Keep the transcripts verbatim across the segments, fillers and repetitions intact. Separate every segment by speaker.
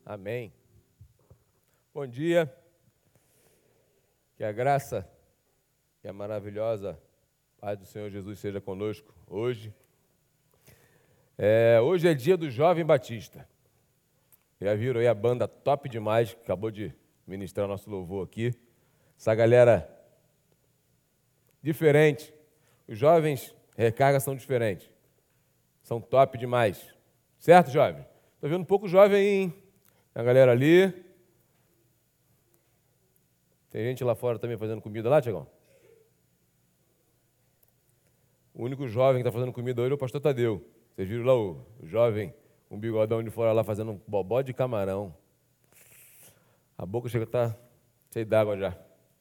Speaker 1: Amém. Bom dia. Que a graça e a maravilhosa paz do Senhor Jesus seja conosco hoje. É, hoje é dia do Jovem Batista. Já viram aí a banda top demais, que acabou de ministrar nosso louvor aqui. Essa galera diferente. Os jovens recargas são diferentes. São top demais. Certo, jovem? Estou vendo um pouco jovem aí, hein? A galera ali. Tem gente lá fora também fazendo comida lá, Tiagão? O único jovem que está fazendo comida hoje é o pastor Tadeu. Vocês viram lá o, o jovem, um bigodão de fora lá fazendo um bobó de camarão. A boca chega a estar cheia d'água já.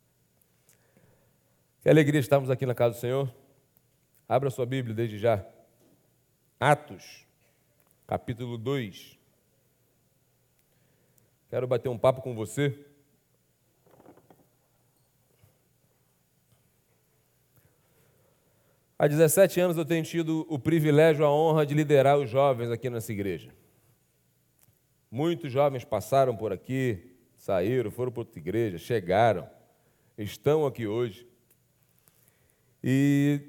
Speaker 1: Que alegria estarmos aqui na casa do Senhor. Abra sua Bíblia desde já. Atos, capítulo dois. Quero bater um papo com você. Há dezessete anos eu tenho tido o privilégio, a honra de liderar os jovens aqui nessa igreja. Muitos jovens passaram por aqui, saíram, foram para outra igreja, chegaram, estão aqui hoje. E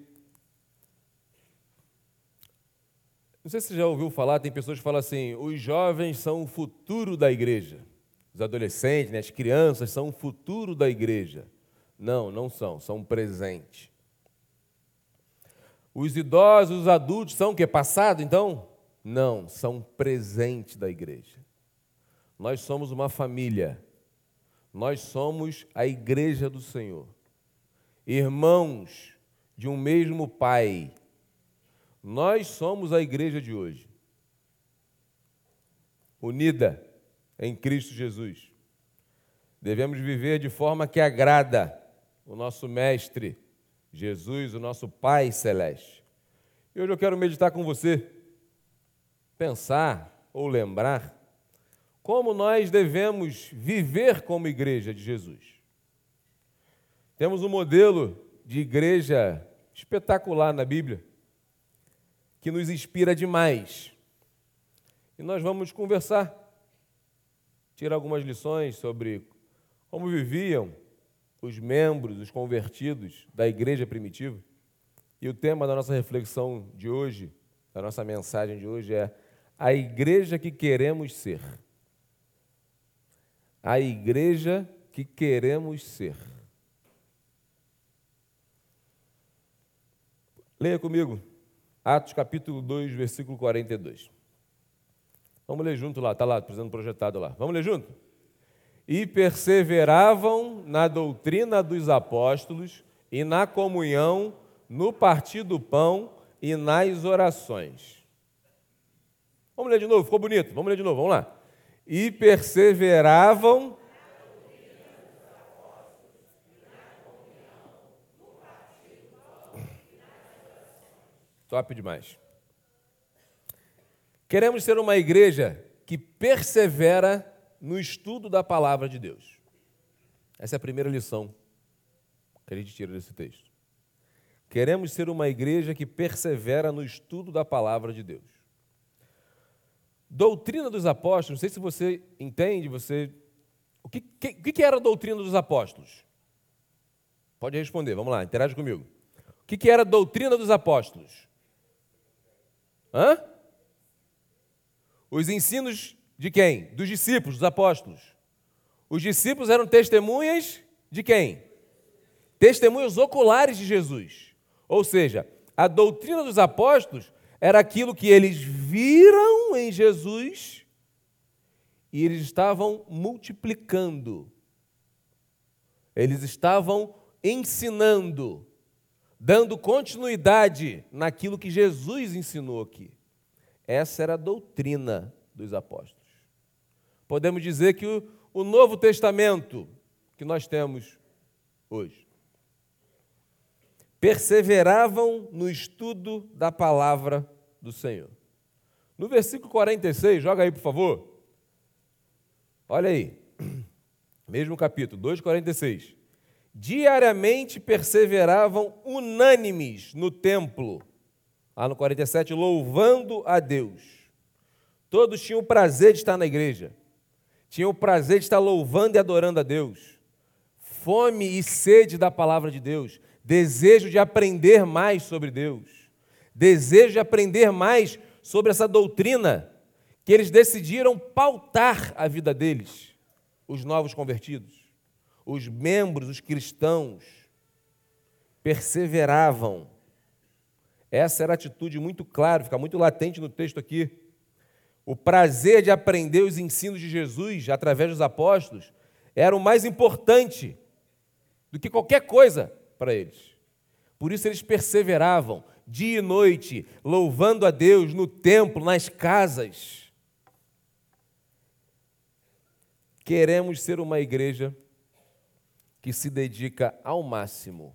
Speaker 1: não sei se você já ouviu falar, tem pessoas que falam assim, os jovens são o futuro da igreja. Os adolescentes, né, as crianças são o futuro da igreja. Não, não são, são um presente. Os idosos, os adultos são o quê? Passado, então? Não, são presente da igreja. Nós somos uma família. Nós somos a igreja do Senhor. Irmãos de um mesmo Pai. Nós somos a igreja de hoje. Unida em Cristo Jesus. Devemos viver de forma que agrada o nosso Mestre, Jesus, o nosso Pai Celeste. E hoje eu quero meditar com você, pensar ou lembrar como nós devemos viver como igreja de Jesus. Temos um modelo de igreja espetacular na Bíblia, que nos inspira demais. E nós vamos conversar, tirar algumas lições sobre como viviam os membros, os convertidos da igreja primitiva. E o tema da nossa reflexão de hoje, da nossa mensagem de hoje é a igreja que queremos ser. A igreja que queremos ser. Leia comigo, Atos capítulo dois, versículo quarenta e dois. Vamos ler junto lá, está lá, precisando projetado lá. Vamos ler junto? E perseveravam na doutrina dos apóstolos e na comunhão, no partir do pão e nas orações. Vamos ler de novo, ficou bonito. Vamos ler de novo, vamos lá. E perseveravam top demais. Queremos ser uma igreja que persevera no estudo da palavra de Deus. Essa é a primeira lição que a gente tira desse texto. Queremos ser uma igreja que persevera no estudo da palavra de Deus. Doutrina dos apóstolos, não sei se você entende, você... O que, que, que era a doutrina dos apóstolos? Pode responder, vamos lá, interage comigo. O que, que era a doutrina dos apóstolos? Hã? Os ensinos de quem? Dos discípulos, dos apóstolos. Os discípulos eram testemunhas de quem? Testemunhas oculares de Jesus. Ou seja, a doutrina dos apóstolos era aquilo que eles viram em Jesus e eles estavam multiplicando. Eles estavam ensinando, dando continuidade naquilo que Jesus ensinou aqui. Essa era a doutrina dos apóstolos. Podemos dizer que o, o Novo Testamento que nós temos hoje. Perseveravam no estudo da palavra do Senhor. No versículo quarenta e seis, joga aí, por favor. Olha aí, mesmo capítulo, dois, quarenta e seis. Diariamente perseveravam unânimes no templo, lá no quarenta e sete, louvando a Deus. Todos tinham o prazer de estar na igreja. tinham o prazer de estar louvando e adorando a Deus, fome e sede da palavra de Deus, desejo de aprender mais sobre Deus, desejo de aprender mais sobre essa doutrina que eles decidiram pautar a vida deles, os novos convertidos, os membros, os cristãos, perseveravam. Essa era a atitude muito clara, fica muito latente no texto aqui. O prazer de aprender os ensinos de Jesus através dos apóstolos era o mais importante do que qualquer coisa para eles. Por isso eles perseveravam dia e noite, louvando a Deus no templo, nas casas. Queremos ser uma igreja que se dedica ao máximo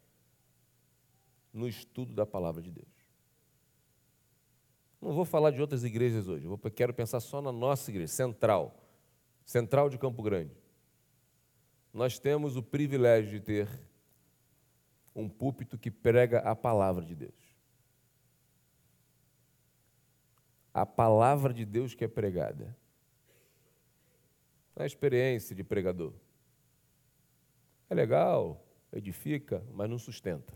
Speaker 1: no estudo da palavra de Deus. Não vou falar de outras igrejas hoje, eu quero pensar só na nossa igreja, central, central de Campo Grande. Nós temos o privilégio de ter um púlpito que prega a palavra de Deus. A palavra de Deus que é pregada. A experiência de pregador. É legal, edifica, mas não sustenta.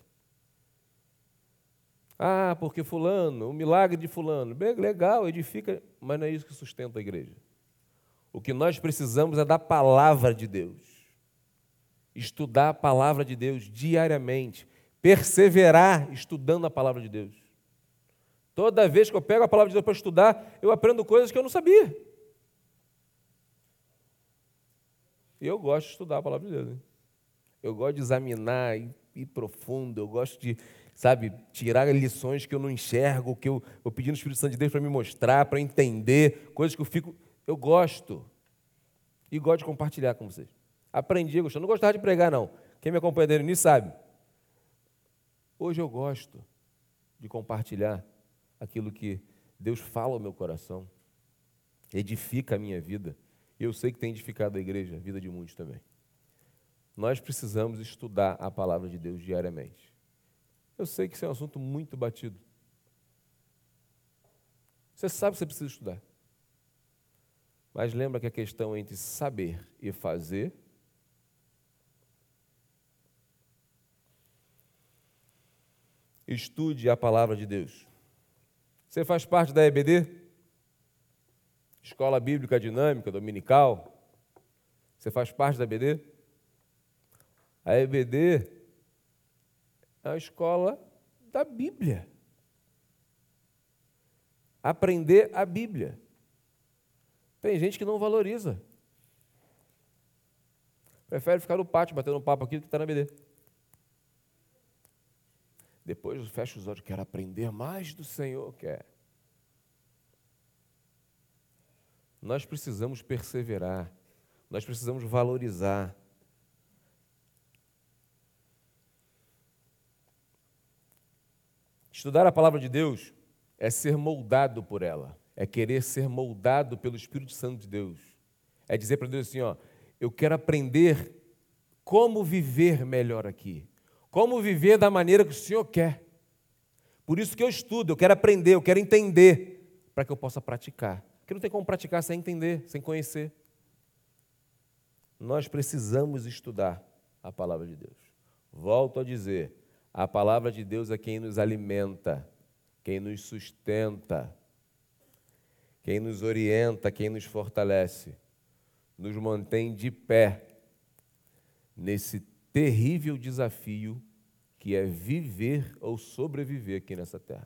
Speaker 1: Ah, porque fulano, o milagre de fulano, bem legal, edifica, mas não é isso que sustenta a igreja. O que nós precisamos é da palavra de Deus. Estudar a palavra de Deus diariamente, perseverar estudando a palavra de Deus. Toda vez que eu pego a palavra de Deus para estudar, eu aprendo coisas que eu não sabia. E eu gosto de estudar a palavra de Deus. Hein? Eu gosto de examinar, ir, ir profundo, eu gosto de, sabe, tirar lições que eu não enxergo, que eu, eu pedi no Espírito Santo de Deus para me mostrar, para entender, coisas que eu fico... Eu gosto. E gosto de compartilhar com vocês. Aprendi, gostando. Não gostava de pregar, não. Quem me acompanha desde o início sabe. Hoje eu gosto de compartilhar aquilo que Deus fala ao meu coração, edifica a minha vida. Eu sei que tem edificado a igreja, a vida de muitos também. Nós precisamos estudar a palavra de Deus diariamente. Eu sei que isso é um assunto muito batido. Você sabe que você precisa estudar. Mas lembra que a questão entre saber e fazer estude a palavra de Deus. Você faz parte da E B D? Escola Bíblica Dinâmica, Dominical? Você faz parte da E B D? A E B D é a escola da Bíblia. Aprender a Bíblia. Tem gente que não valoriza. Prefere ficar no pátio, batendo um papo aqui do que está na E B D. Depois fecha os olhos, quero aprender mais do Senhor, quer. Nós precisamos perseverar, nós precisamos valorizar. Estudar a palavra de Deus é ser moldado por ela, é querer ser moldado pelo Espírito Santo de Deus. É dizer para Deus assim, ó, eu quero aprender como viver melhor aqui. Como viver da maneira que o Senhor quer. Por isso que eu estudo, eu quero aprender, eu quero entender, para que eu possa praticar. Porque não tem como praticar sem entender, sem conhecer. Nós precisamos estudar a palavra de Deus. Volto a dizer, a palavra de Deus é quem nos alimenta, quem nos sustenta, quem nos orienta, quem nos fortalece, nos mantém de pé nesse terrível desafio que é viver ou sobreviver aqui nessa terra.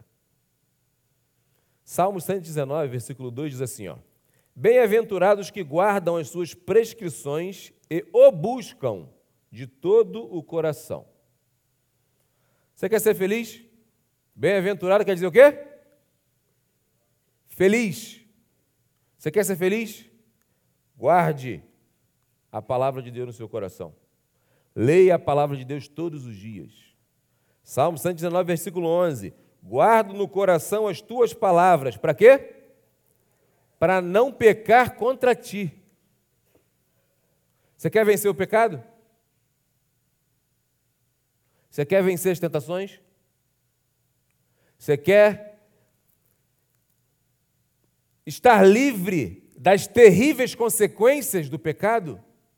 Speaker 1: Salmo cento e dezenove, versículo dois, diz assim, ó, bem-aventurados que guardam as suas prescrições e o buscam de todo o coração. Você quer ser feliz? Bem-aventurado quer dizer o quê? Feliz. Você quer ser feliz? Guarde a palavra de Deus no seu coração. Leia a palavra de Deus todos os dias. Salmo cento e dezenove, versículo onze. Guardo no coração as tuas palavras. Para quê? Para não pecar contra ti. Você quer vencer o pecado? Você quer vencer as tentações? Você quer estar livre das terríveis consequências do pecado?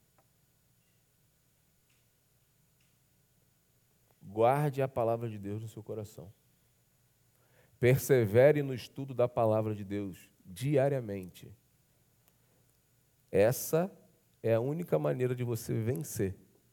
Speaker 1: Guarde a palavra de Deus no seu coração. Persevere no estudo da palavra de Deus diariamente. Essa é a única maneira de você vencer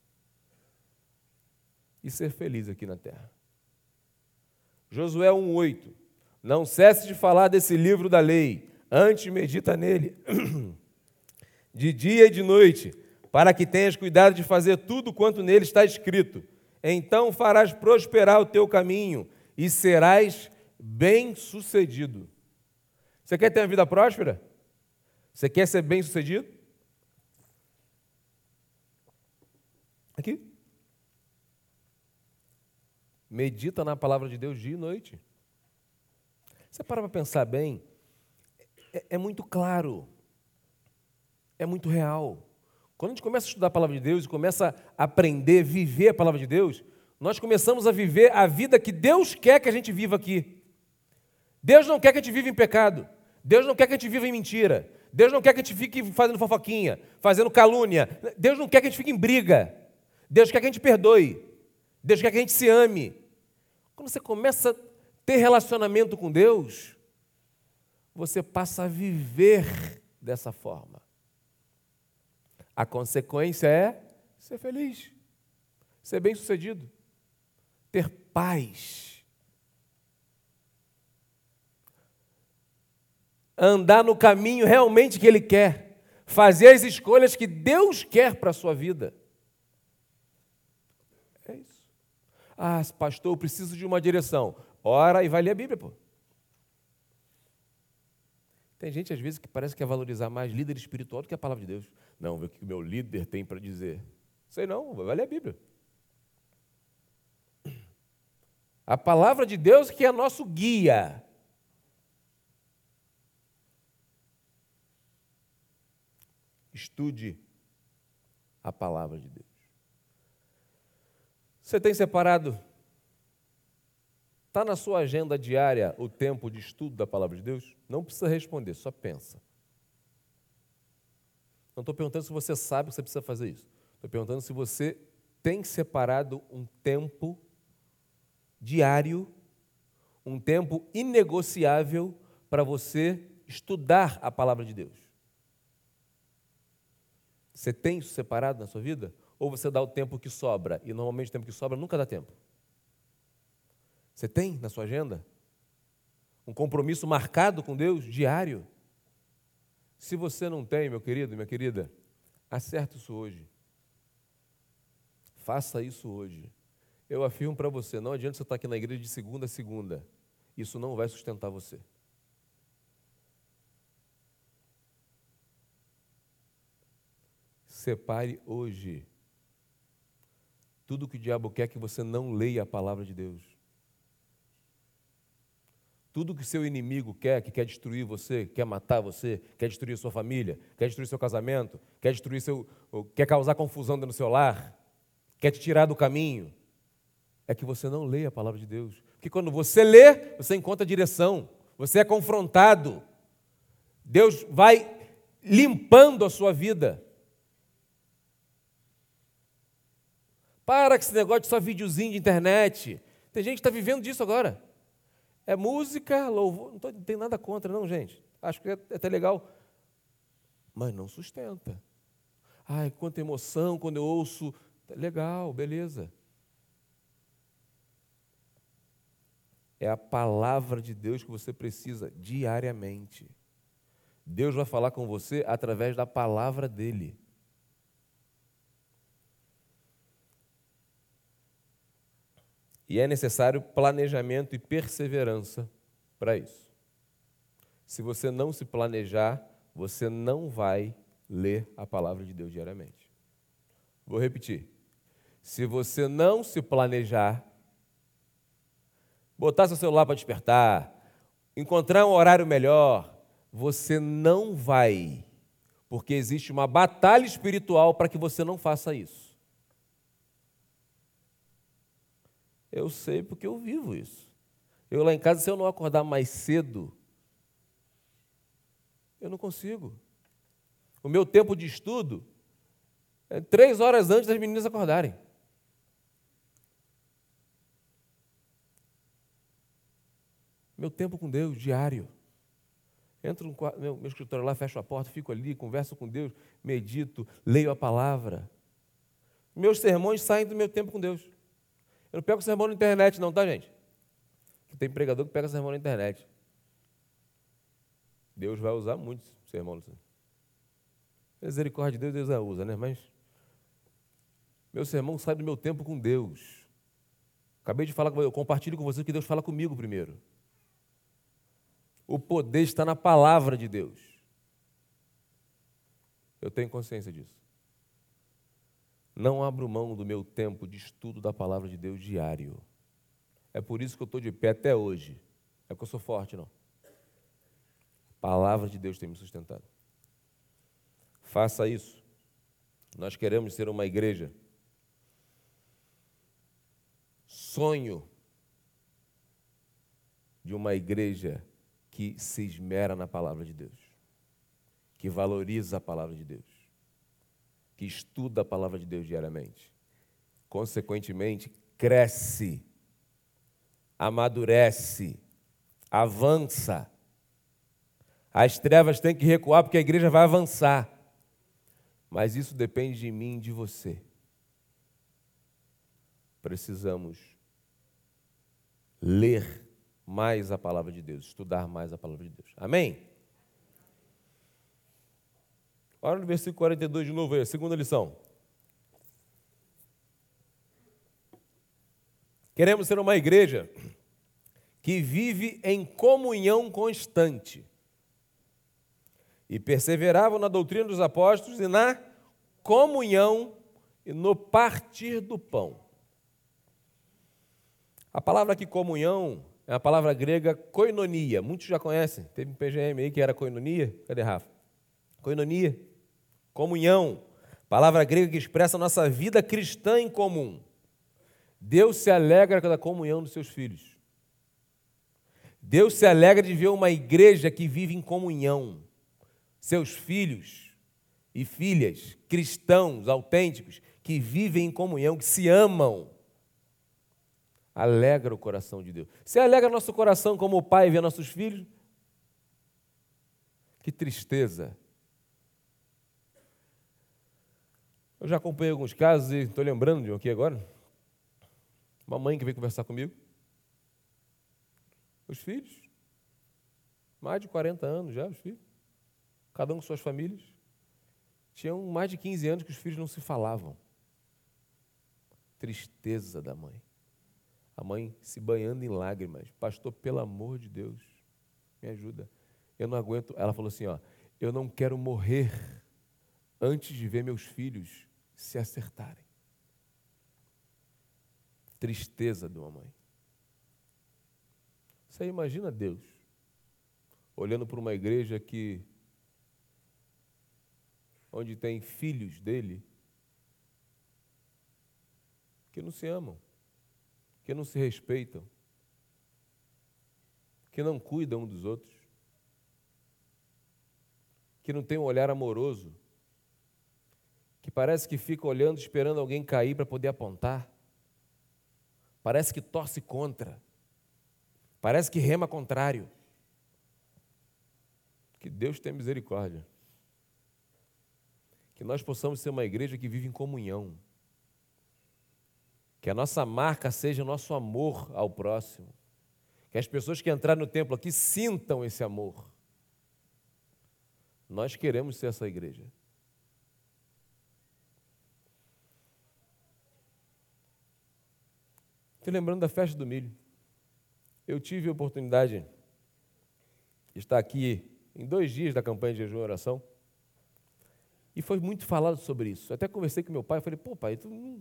Speaker 1: e ser feliz aqui na terra. Josué um, oito. Não cesse de falar desse livro da lei, antes medita nele, de dia e de noite, para que tenhas cuidado de fazer tudo quanto nele está escrito. Então farás prosperar o teu caminho e serás bem-sucedido. Você quer ter uma vida próspera? Você quer ser bem-sucedido? Aqui. Medita na palavra de Deus dia e noite. Você para para pensar bem, é, é muito claro, é muito real. Quando a gente começa a estudar a palavra de Deus e começa a aprender, viver a palavra de Deus, nós começamos a viver a vida que Deus quer que a gente viva aqui. Deus não quer que a gente viva em pecado. Deus não quer que a gente viva em mentira. Deus não quer que a gente fique fazendo fofoquinha, fazendo calúnia. Deus não quer que a gente fique em briga. Deus quer que a gente perdoe. Deus quer que a gente se ame. Quando você começa a ter relacionamento com Deus, você passa a viver dessa forma. A consequência é ser feliz, ser bem-sucedido, ter paz. Andar no caminho realmente que Ele quer, fazer as escolhas que Deus quer para a sua vida. É isso. Ah, pastor, eu preciso de uma direção. Ora e vai ler a Bíblia, pô. Tem gente, às vezes, que parece que quer valorizar mais líder espiritual do que a palavra de Deus. Não, vê o que o meu líder tem para dizer. Sei não, vai ler a Bíblia. A palavra de Deus que é nosso guia. Estude a palavra de Deus. Você tem separado, está na sua agenda diária o tempo de estudo da palavra de Deus? Não precisa responder, só pensa. Não estou perguntando se você sabe que você precisa fazer isso. Estou perguntando se você tem separado um tempo diário, um tempo inegociável para você estudar a palavra de Deus. Você tem isso separado na sua vida? Ou você dá o tempo que sobra? E normalmente o tempo que sobra nunca dá tempo. Você tem na sua agenda um compromisso marcado com Deus, diário? Se você não tem, meu querido e minha querida, acerte isso hoje. Faça isso hoje. Eu afirmo para você, não adianta você estar aqui na igreja de segunda a segunda. Isso não vai sustentar você. Separe hoje tudo que o diabo quer que você não leia a palavra de Deus. Tudo que seu inimigo quer, que quer destruir você, quer matar você, quer destruir sua família, quer destruir seu casamento, quer destruir seu, quer causar confusão dentro do seu lar, quer te tirar do caminho, é que você não leia a palavra de Deus. Porque quando você lê, você encontra direção, você é confrontado. Deus vai limpando a sua vida. Para com esse negócio de só videozinho de internet. Tem gente que está vivendo disso agora. É música, louvor, não, tô, não tem nada contra, não, gente. Acho que é, é até legal. Mas não sustenta. Ai, quanta emoção quando eu ouço. Legal, beleza. É a palavra de Deus que você precisa diariamente. Deus vai falar com você através da palavra dele. E é necessário planejamento e perseverança para isso. Se você não se planejar, você não vai ler a palavra de Deus diariamente. Vou repetir. Se você não se planejar, botar seu celular para despertar, encontrar um horário melhor, você não vai, porque existe uma batalha espiritual para que você não faça isso. Eu sei porque eu vivo isso. Eu lá em casa, se eu não acordar mais cedo, eu não consigo. O meu tempo de estudo é três horas antes das meninas acordarem. Meu tempo com Deus, diário. Entro no meu, meu escritório lá, fecho a porta, fico ali, converso com Deus, medito, leio a palavra. Meus sermões saem do meu tempo com Deus. Eu não pego sermão na internet não, tá, gente? Tem pregador que pega sermão na internet. Deus vai usar muitos sermões. Misericórdia de Deus, Deus a usa, né? Mas meu sermão sai do meu tempo com Deus. Acabei de falar com você, eu compartilho com você que Deus fala comigo primeiro. O poder está na palavra de Deus. Eu tenho consciência disso. Não abro mão do meu tempo de estudo da palavra de Deus diário. É por isso que eu estou de pé até hoje. É porque eu sou forte, não. A palavra de Deus tem me sustentado. Faça isso. Nós queremos ser uma igreja. Sonho de uma igreja que se esmera na palavra de Deus, que valoriza a palavra de Deus, que estuda a palavra de Deus diariamente. Consequentemente, cresce, amadurece, avança. As trevas têm que recuar porque a igreja vai avançar. Mas isso depende de mim e de você. Precisamos ler mais a palavra de Deus, estudar mais a palavra de Deus. Amém? Olha no versículo quarenta e dois de novo aí, a segunda lição. Queremos ser uma igreja que vive em comunhão constante e perseveravam na doutrina dos apóstolos e na comunhão e no partir do pão. A palavra aqui, comunhão, é a palavra grega koinonia. Muitos já conhecem. Teve um P G M aí que era koinonia. Cadê, Rafa? Koinonia, comunhão. Palavra grega que expressa a nossa vida cristã em comum. Deus se alegra com a comunhão dos seus filhos. Deus se alegra de ver uma igreja que vive em comunhão. Seus filhos e filhas, cristãos, autênticos, que vivem em comunhão, que se amam. Alegra o coração de Deus. Se alegra nosso coração como o pai vê nossos filhos, que tristeza. Eu já acompanhei alguns casos e estou lembrando de um aqui agora. Uma mãe que veio conversar comigo. Os filhos, mais de quarenta anos já, os filhos, cada um com suas famílias. Tinham mais de quinze anos que os filhos não se falavam. Tristeza da mãe. A mãe se banhando em lágrimas. Pastor, pelo amor de Deus, me ajuda. Eu não aguento. Ela falou assim, ó, eu não quero morrer antes de ver meus filhos se acertarem. Tristeza de uma mãe. Você imagina Deus olhando para uma igreja que onde tem filhos dele que não se amam, que não se respeitam, que não cuidam um dos outros, que não tem um olhar amoroso, que parece que fica olhando, esperando alguém cair para poder apontar, parece que torce contra, parece que rema contrário. Que Deus tenha misericórdia. Que nós possamos ser uma igreja que vive em comunhão. Que a nossa marca seja o nosso amor ao próximo. Que as pessoas que entrarem no templo aqui sintam esse amor. Nós queremos ser essa igreja. Estou lembrando da festa do milho. Eu tive a oportunidade de estar aqui em dois dias da campanha de jejum e oração. E foi muito falado sobre isso. Eu até conversei com meu pai, falei, pô pai, tu não...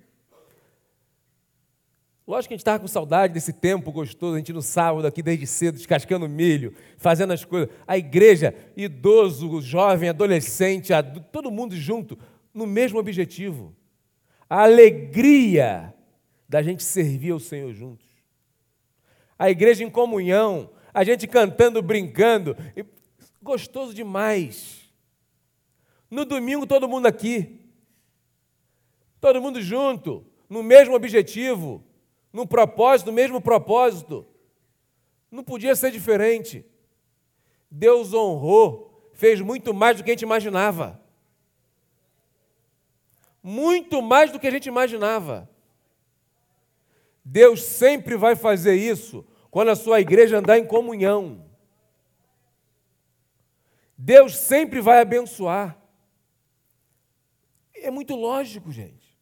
Speaker 1: Lógico que a gente estava com saudade desse tempo gostoso, a gente no sábado aqui desde cedo, descascando milho, fazendo as coisas. A igreja, idoso, jovem, adolescente, adulto, todo mundo junto, no mesmo objetivo. A alegria da gente servir ao Senhor juntos. A igreja em comunhão, a gente cantando, brincando, gostoso demais. No domingo, todo mundo aqui. Todo mundo junto, no mesmo objetivo, no propósito, no mesmo propósito. Não podia ser diferente. Deus honrou, fez muito mais do que a gente imaginava. Muito mais do que a gente imaginava. Deus sempre vai fazer isso quando a sua igreja andar em comunhão. Deus sempre vai abençoar. É muito lógico, gente.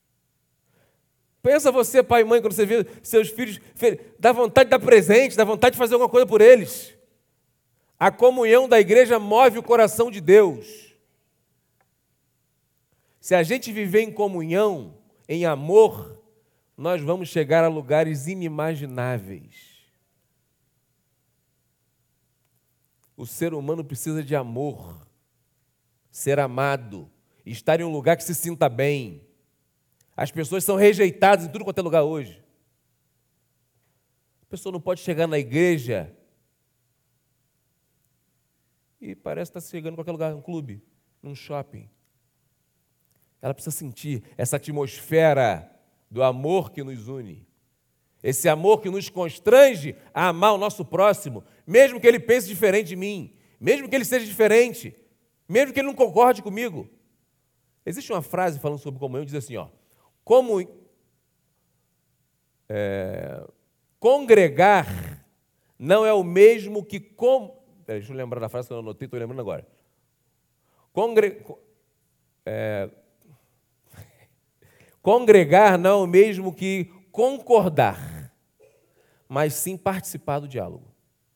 Speaker 1: Pensa você, pai e mãe, quando você vê seus filhos, dá vontade de dar presente, dá vontade de fazer alguma coisa por eles. A comunhão da igreja move o coração de Deus. Se a gente viver em comunhão, em amor, nós vamos chegar a lugares inimagináveis. O ser humano precisa de amor, ser amado, estar em um lugar que se sinta bem. As pessoas são rejeitadas em tudo quanto é lugar hoje. A pessoa não pode chegar na igreja e parece estar chegando em qualquer lugar, num clube, num shopping. Ela precisa sentir essa atmosfera do amor que nos une. Esse amor que nos constrange a amar o nosso próximo, mesmo que ele pense diferente de mim, mesmo que ele seja diferente, mesmo que ele não concorde comigo. Existe uma frase falando sobre comunhão que diz assim, ó, como é, congregar não é o mesmo que... Com... Peraí, deixa eu lembrar da frase que eu não anotei, estou lembrando agora. Congre... É... Congregar não é o mesmo que concordar, mas sim participar do diálogo.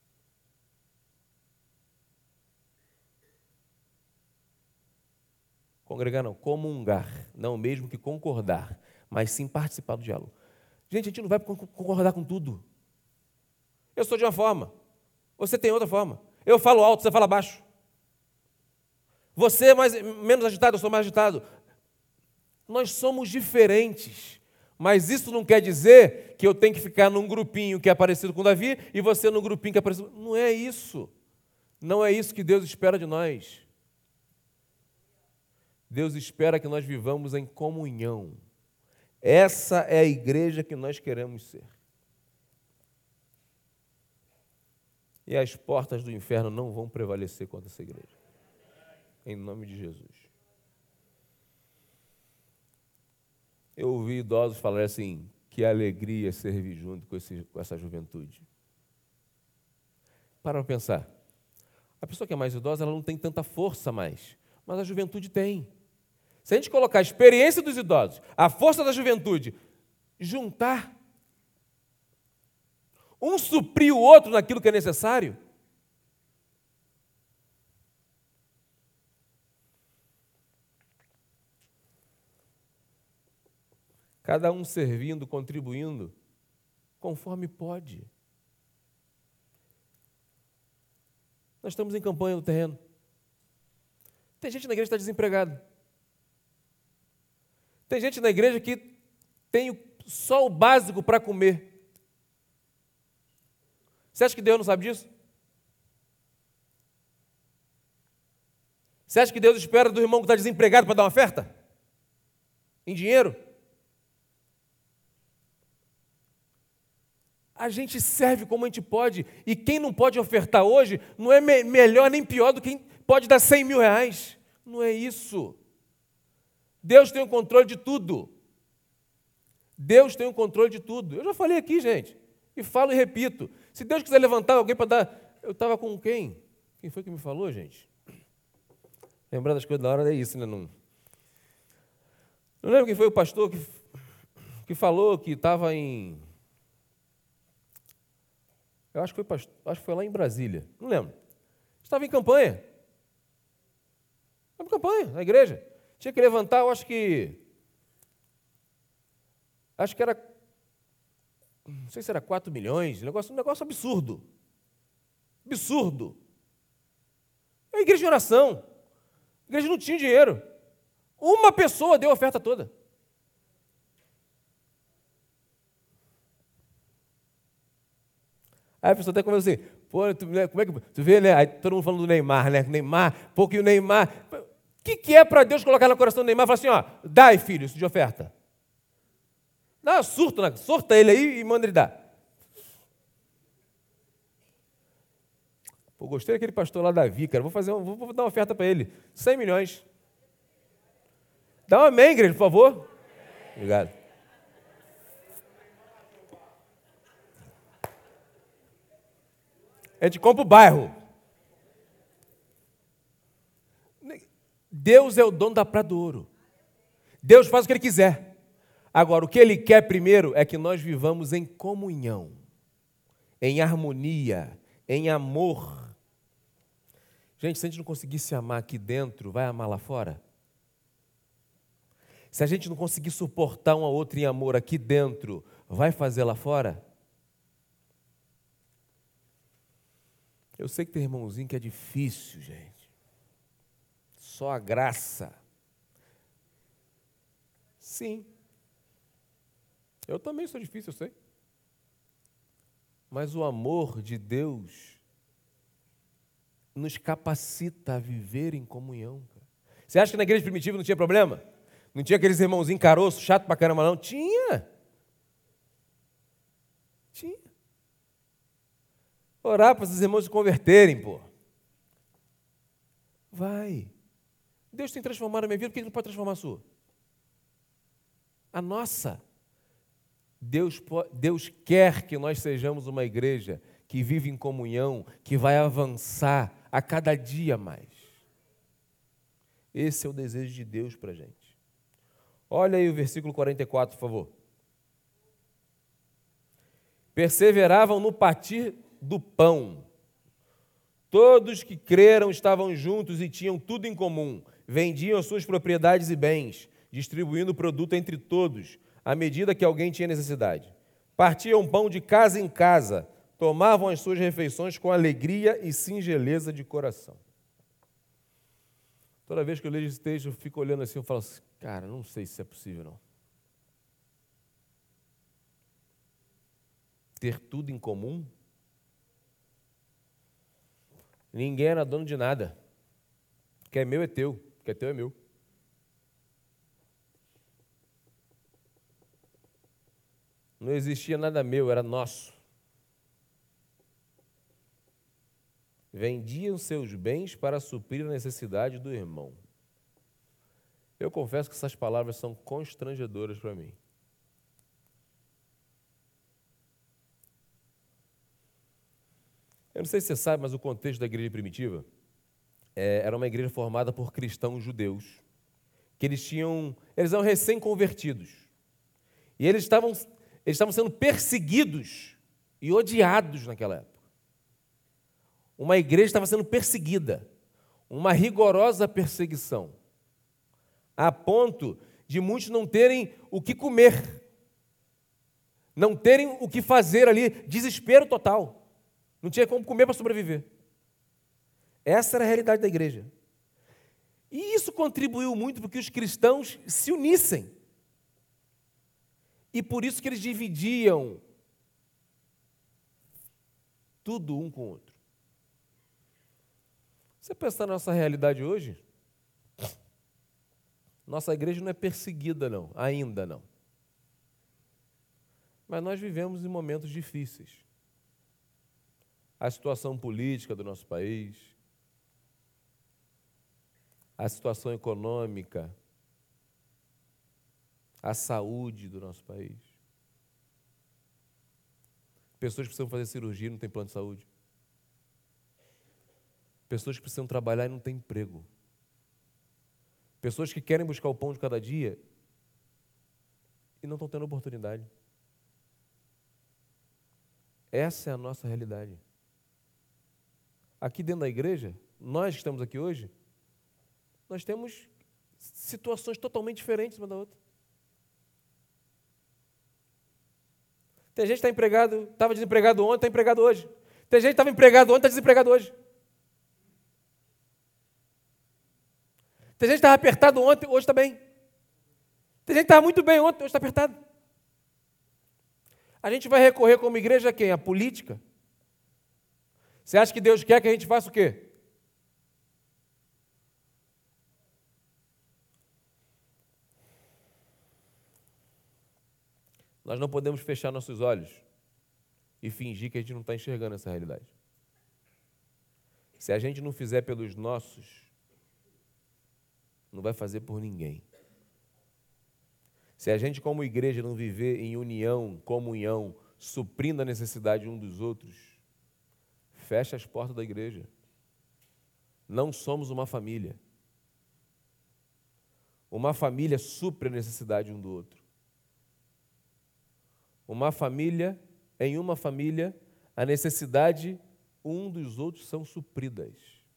Speaker 1: Congregar não, comungar, não é o mesmo que concordar, mas sim participar do diálogo. Gente, a gente não vai concordar com tudo. Eu sou de uma forma, você tem outra forma. Eu falo alto, você fala baixo. Você é mais, menos agitado, eu sou mais agitado. Nós somos diferentes, mas isso não quer dizer que eu tenho que ficar num grupinho que é parecido com Davi e você num grupinho que é parecido. Não é isso. Não é isso que Deus espera de nós. Deus espera que nós vivamos em comunhão. Essa é a igreja que nós queremos ser. E as portas do inferno não vão prevalecer contra essa igreja. Em nome de Jesus. Eu ouvi idosos falar assim, que alegria servir junto com, esse, com essa juventude. Para pensar. A pessoa que é mais idosa, ela não tem tanta força mais, mas a juventude tem. Se a gente colocar a experiência dos idosos, a força da juventude, juntar, um suprir o outro naquilo que é necessário, cada um servindo, contribuindo, conforme pode. Nós estamos em campanha do terreno. Tem gente na igreja que está desempregada. Tem gente na igreja que tem só o básico para comer. Você acha que Deus não sabe disso? Você acha que Deus espera do irmão que está desempregado para dar uma oferta? Em dinheiro? A gente serve como a gente pode. E quem não pode ofertar hoje não é me- melhor nem pior do que quem pode dar cem mil reais. Não é isso. Deus tem o controle de tudo. Deus tem o controle de tudo. Eu já falei aqui, gente, e falo e repito. Se Deus quiser levantar alguém para dar... Eu estava com quem? Quem foi que me falou, gente? Lembrar das coisas da hora é isso, né? Não, não lembro quem foi o pastor que, que falou que estava em... Eu acho que, foi pastor, acho que foi lá em Brasília. Não lembro. Estava em campanha. Estava em campanha, na igreja. Tinha que levantar, eu acho que... Acho que era... Não sei se era quatro milhões. Um negócio, um negócio absurdo. Absurdo. É a igreja de oração. A igreja não tinha dinheiro. Uma pessoa deu a oferta toda. Aí a pessoa até começa assim, pô, tu, como é que tu vê, né? Aí todo mundo falando do Neymar, né? Neymar, pô, que o Neymar... O que, que é para Deus colocar no coração do Neymar e falar assim, ó, dai, filho, isso de oferta? Dá uma surta, né? Surta ele aí e manda ele dar. Pô, gostei daquele pastor lá, Davi, cara. Vou, fazer um, vou, vou dar uma oferta para ele. cem milhões. Dá um amém, igreja, por favor. Obrigado. A gente compra o bairro. Deus é o dono da prata do ouro. Deus faz o que Ele quiser. Agora, o que Ele quer primeiro é que nós vivamos em comunhão, em harmonia, em amor. Gente, se a gente não conseguir se amar aqui dentro, vai amar lá fora? Se a gente não conseguir suportar um ao outro em amor aqui dentro, vai fazer lá fora? Eu sei que tem irmãozinho que é difícil, gente. Só a graça. Sim. Eu também sou difícil, eu sei. Mas o amor de Deus nos capacita a viver em comunhão. Você acha que na igreja primitiva não tinha problema? Não tinha aqueles irmãozinhos caroço, chato pra caramba, não? Tinha. Tinha. Orar para esses irmãos se converterem, pô. Vai. Deus tem transformado a minha vida, por que Ele não pode transformar a sua? A nossa. Deus, Deus quer que nós sejamos uma igreja que vive em comunhão, que vai avançar a cada dia mais. Esse é o desejo de Deus para a gente. Olha aí o versículo quarenta e quatro, por favor. Perseveravam no partir do pão. Todos que creram estavam juntos e tinham tudo em comum. Vendiam suas propriedades e bens, distribuindo o produto entre todos, à medida que alguém tinha necessidade. Partiam pão de casa em casa, tomavam as suas refeições com alegria e singeleza de coração. Toda vez que eu leio esse texto, eu fico olhando assim, eu falo assim, cara, não sei se é possível, não. Ter tudo em comum? Ninguém era dono de nada. O que é meu é teu, o que é teu é meu. Não existia nada meu, era nosso. Vendiam seus bens para suprir a necessidade do irmão. Eu confesso que essas palavras são constrangedoras para mim. Eu não sei se você sabe, mas o contexto da igreja primitiva é, era uma igreja formada por cristãos judeus, que eles tinham, eles eram recém-convertidos. E eles estavam, eles estavam sendo perseguidos e odiados naquela época. Uma igreja estava sendo perseguida, uma rigorosa perseguição, a ponto de muitos não terem o que comer, não terem o que fazer ali, desespero total. Não tinha como comer para sobreviver. Essa era a realidade da igreja. E isso contribuiu muito para que os cristãos se unissem. E por isso que eles dividiam tudo um com o outro. Você pensar na nossa realidade hoje, nossa igreja não é perseguida, não, ainda não. Mas nós vivemos em momentos difíceis. A situação política do nosso país, a situação econômica, a saúde do nosso país. Pessoas que precisam fazer cirurgia e não têm plano de saúde. Pessoas que precisam trabalhar e não têm emprego. Pessoas que querem buscar o pão de cada dia e não estão tendo oportunidade. Essa é a nossa realidade. Aqui dentro da igreja, nós que estamos aqui hoje, nós temos situações totalmente diferentes uma da outra. Tem gente que está empregado, estava desempregado ontem, está empregado hoje. Tem gente que estava empregado ontem, está desempregado hoje. Tem gente que estava apertado ontem, hoje está bem. Tem gente que estava muito bem ontem, hoje está apertado. A gente vai recorrer como igreja a quem? A política? Você acha que Deus quer que a gente faça o quê? Nós não podemos fechar nossos olhos e fingir que a gente não está enxergando essa realidade. Se a gente não fizer pelos nossos, não vai fazer por ninguém. Se a gente, como igreja, não viver em união, comunhão, suprindo a necessidade um dos outros, fecha as portas da igreja. Não somos uma família. Uma família supre a necessidade um do outro. Uma família, em uma família, a necessidade um dos outros são supridas.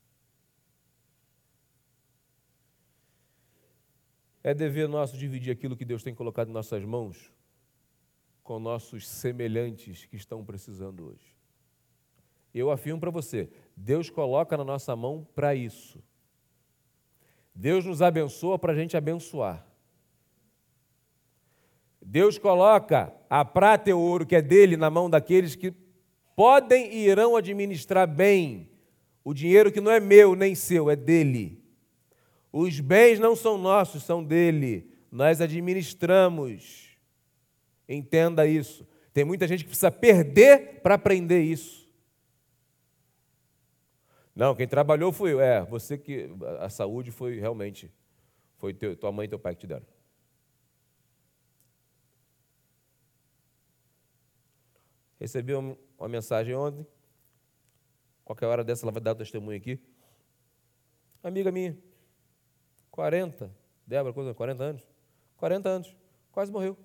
Speaker 1: É dever nosso dividir aquilo que Deus tem colocado em nossas mãos com nossos semelhantes que estão precisando hoje. Eu afirmo para você, Deus coloca na nossa mão para isso. Deus nos abençoa para a gente abençoar. Deus coloca a prata e o ouro que é dele na mão daqueles que podem e irão administrar bem o dinheiro que não é meu nem seu, é dele. Os bens não são nossos, são dele. Nós administramos. Entenda isso. Tem muita gente que precisa perder para aprender isso. Não, quem trabalhou fui eu. É, você que... A saúde foi realmente... Foi teu, tua mãe e teu pai que te deram. Recebi uma, uma mensagem ontem. Qualquer hora dessa ela vai dar testemunho aqui. Amiga minha. quarenta, Débora, coisa, quarenta anos? quarenta anos, quase morreu.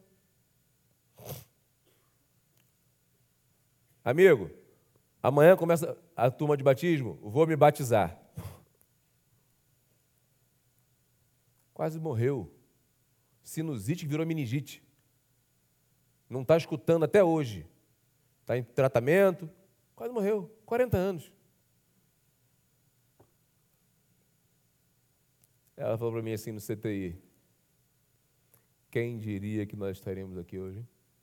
Speaker 1: Amigo, amanhã começa a turma de batismo, vou me batizar. Quase morreu. Sinusite virou meningite. Não está escutando até hoje. Está em tratamento, quase morreu, quarenta anos. Ela falou para mim assim no C T I, quem diria que nós estaremos aqui hoje?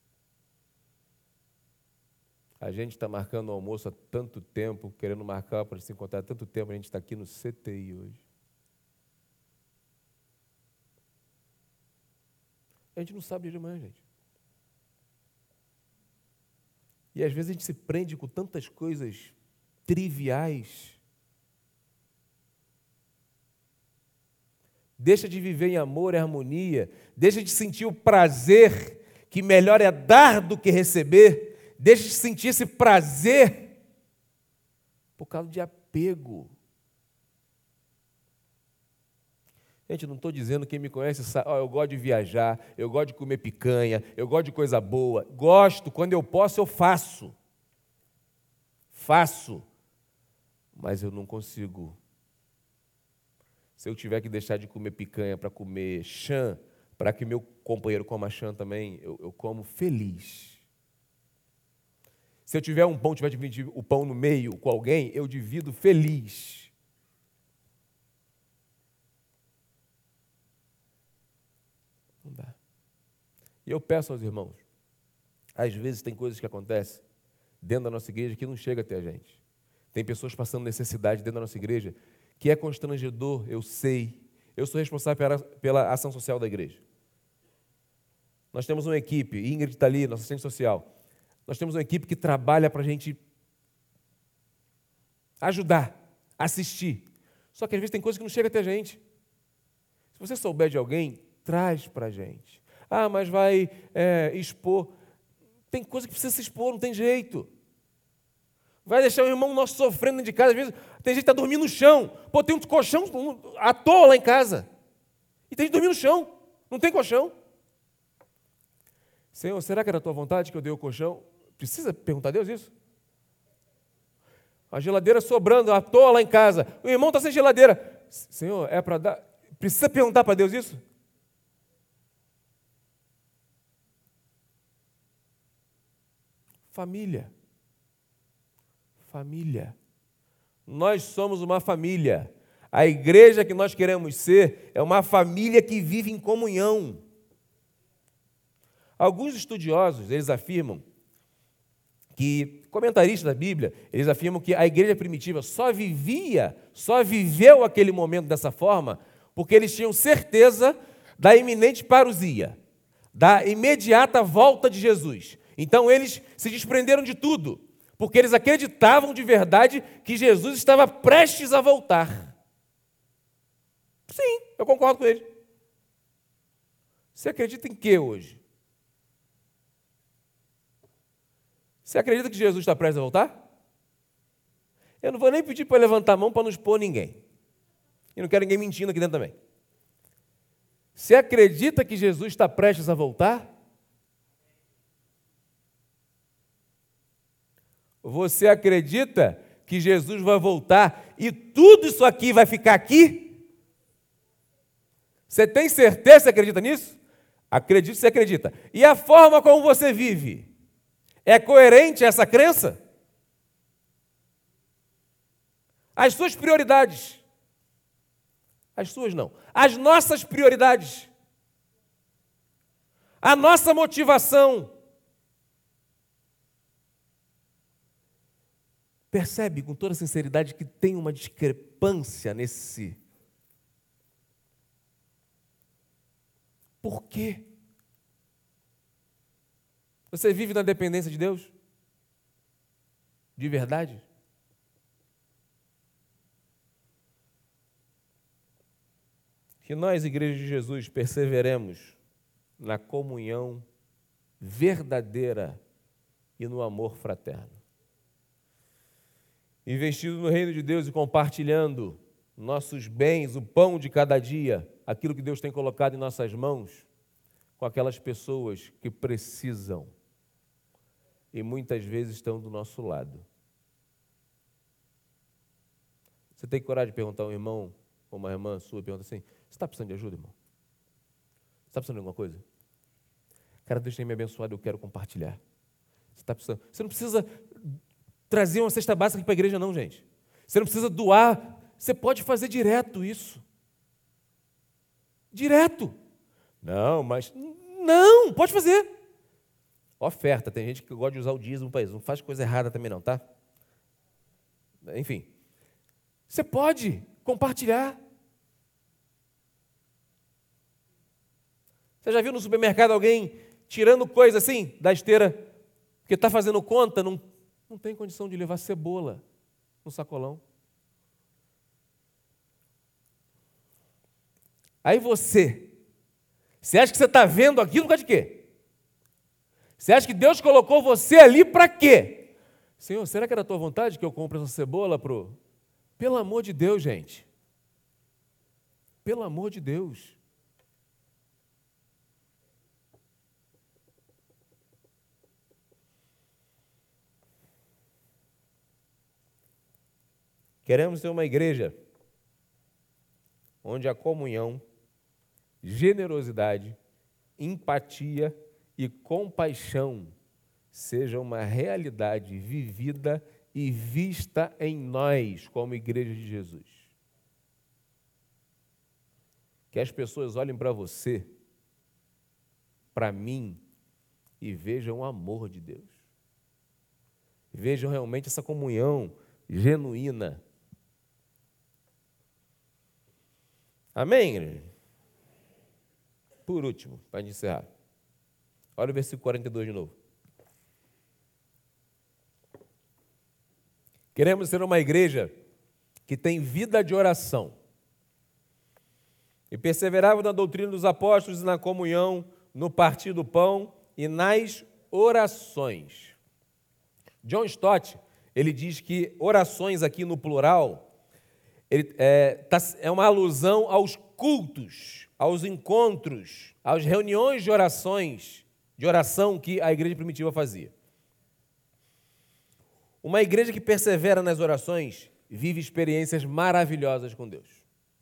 Speaker 1: A gente está marcando o almoço há tanto tempo, querendo marcar para se encontrar há tanto tempo, a gente está aqui no C T I hoje. A gente não sabe de manhã, gente. E às vezes a gente se prende com tantas coisas triviais. Deixa de viver em amor e harmonia. Deixa de sentir o prazer que melhor é dar do que receber. Deixa de sentir esse prazer por causa de apego. Gente, não estou dizendo, quem me conhece sabe, oh, eu gosto de viajar, eu gosto de comer picanha, eu gosto de coisa boa. Gosto, quando eu posso, eu faço. Faço. Mas eu não consigo. Se eu tiver que deixar de comer picanha para comer chã, para que meu companheiro coma chã também, eu, eu como feliz. Se eu tiver um pão, tiver de dividir o pão no meio com alguém, eu divido feliz. Não dá. E eu peço aos irmãos, às vezes tem coisas que acontecem dentro da nossa igreja que não chega até a gente. Tem pessoas passando necessidade dentro da nossa igreja que é constrangedor, eu sei. Eu sou responsável pela, pela ação social da igreja. Nós temos uma equipe, Ingrid está ali, nossa assistente social. Nós temos uma equipe que trabalha para a gente ajudar, assistir. Só que às vezes tem coisas que não chegam até a gente. Se você souber de alguém, traz para a gente. Ah, mas vai é, expor. Tem coisa que precisa se expor, não tem jeito. Vai deixar o irmão nosso sofrendo dentro de casa. Às vezes tem gente que está dormindo no chão. Pô, tem um colchão à toa lá em casa. E tem gente dormindo no chão. Não tem colchão. Senhor, será que era a tua vontade que eu dei o colchão? Precisa perguntar a Deus isso? A geladeira sobrando à toa lá em casa. O irmão está sem geladeira. Senhor, é para dar... Precisa perguntar para Deus isso? Família. Família. Nós somos uma família. A igreja que nós queremos ser é uma família que vive em comunhão. Alguns estudiosos, eles afirmam que, comentaristas da Bíblia, eles afirmam que a igreja primitiva só vivia, só viveu aquele momento dessa forma, porque eles tinham certeza da iminente parousia, da imediata volta de Jesus. Então eles se desprenderam de tudo, porque eles acreditavam de verdade que Jesus estava prestes a voltar. Sim, eu concordo com ele. Você acredita em quê hoje? Você acredita que Jesus está prestes a voltar? Eu não vou nem pedir para levantar a mão para não expor ninguém. E não quero ninguém mentindo aqui dentro também. Você acredita que Jesus está prestes a voltar? Você acredita que Jesus vai voltar e tudo isso aqui vai ficar aqui? Você tem certeza que você acredita nisso? Acredito que você acredita. E a forma como você vive é coerente a essa crença? As suas prioridades. As suas não. As nossas prioridades. A nossa motivação. Percebe com toda sinceridade que tem uma discrepância nesse. Por quê? Você vive na dependência de Deus? De verdade? Que nós, Igreja de Jesus, perseveremos na comunhão verdadeira e no amor fraterno. Investido no reino de Deus e compartilhando nossos bens, o pão de cada dia, aquilo que Deus tem colocado em nossas mãos, com aquelas pessoas que precisam e muitas vezes estão do nosso lado. Você tem coragem de perguntar a um irmão ou uma irmã sua, pergunta assim: você está precisando de ajuda, irmão? Você está precisando de alguma coisa? Cara, Deus tem me abençoado, eu quero compartilhar. Você está precisando. Você não precisa trazer uma cesta básica aqui para a igreja, não, gente. Você não precisa doar. Você pode fazer direto isso. Direto. Não, mas... Não, pode fazer. Oferta. Tem gente que gosta de usar o dízimo para isso. Não faz coisa errada também não, tá? Enfim. Você pode compartilhar. Você já viu no supermercado alguém tirando coisa assim da esteira, porque está fazendo conta, não, não tem condição de levar cebola no sacolão? Aí você, você acha que você está vendo aquilo por causa de quê? Você acha que Deus colocou você ali para quê? Senhor, será que era a tua vontade que eu compre essa cebola pro... Pelo amor de Deus, gente. Pelo amor de Deus. Queremos ser uma igreja onde a comunhão, generosidade, empatia e compaixão seja uma realidade vivida e vista em nós como igreja de Jesus. Que as pessoas olhem para você, para mim, e vejam o amor de Deus. Vejam realmente essa comunhão genuína. Amém, igreja? Por último, para encerrar. Olha o versículo quarenta e dois de novo. Queremos ser uma igreja que tem vida de oração. E perseverava na doutrina dos apóstolos e na comunhão, no partir do pão e nas orações. John Stott, ele diz que orações aqui no plural ele, é, tá, é uma alusão aos cultos, aos encontros, às reuniões de orações, de oração que a igreja primitiva fazia. Uma igreja que persevera nas orações vive experiências maravilhosas com Deus.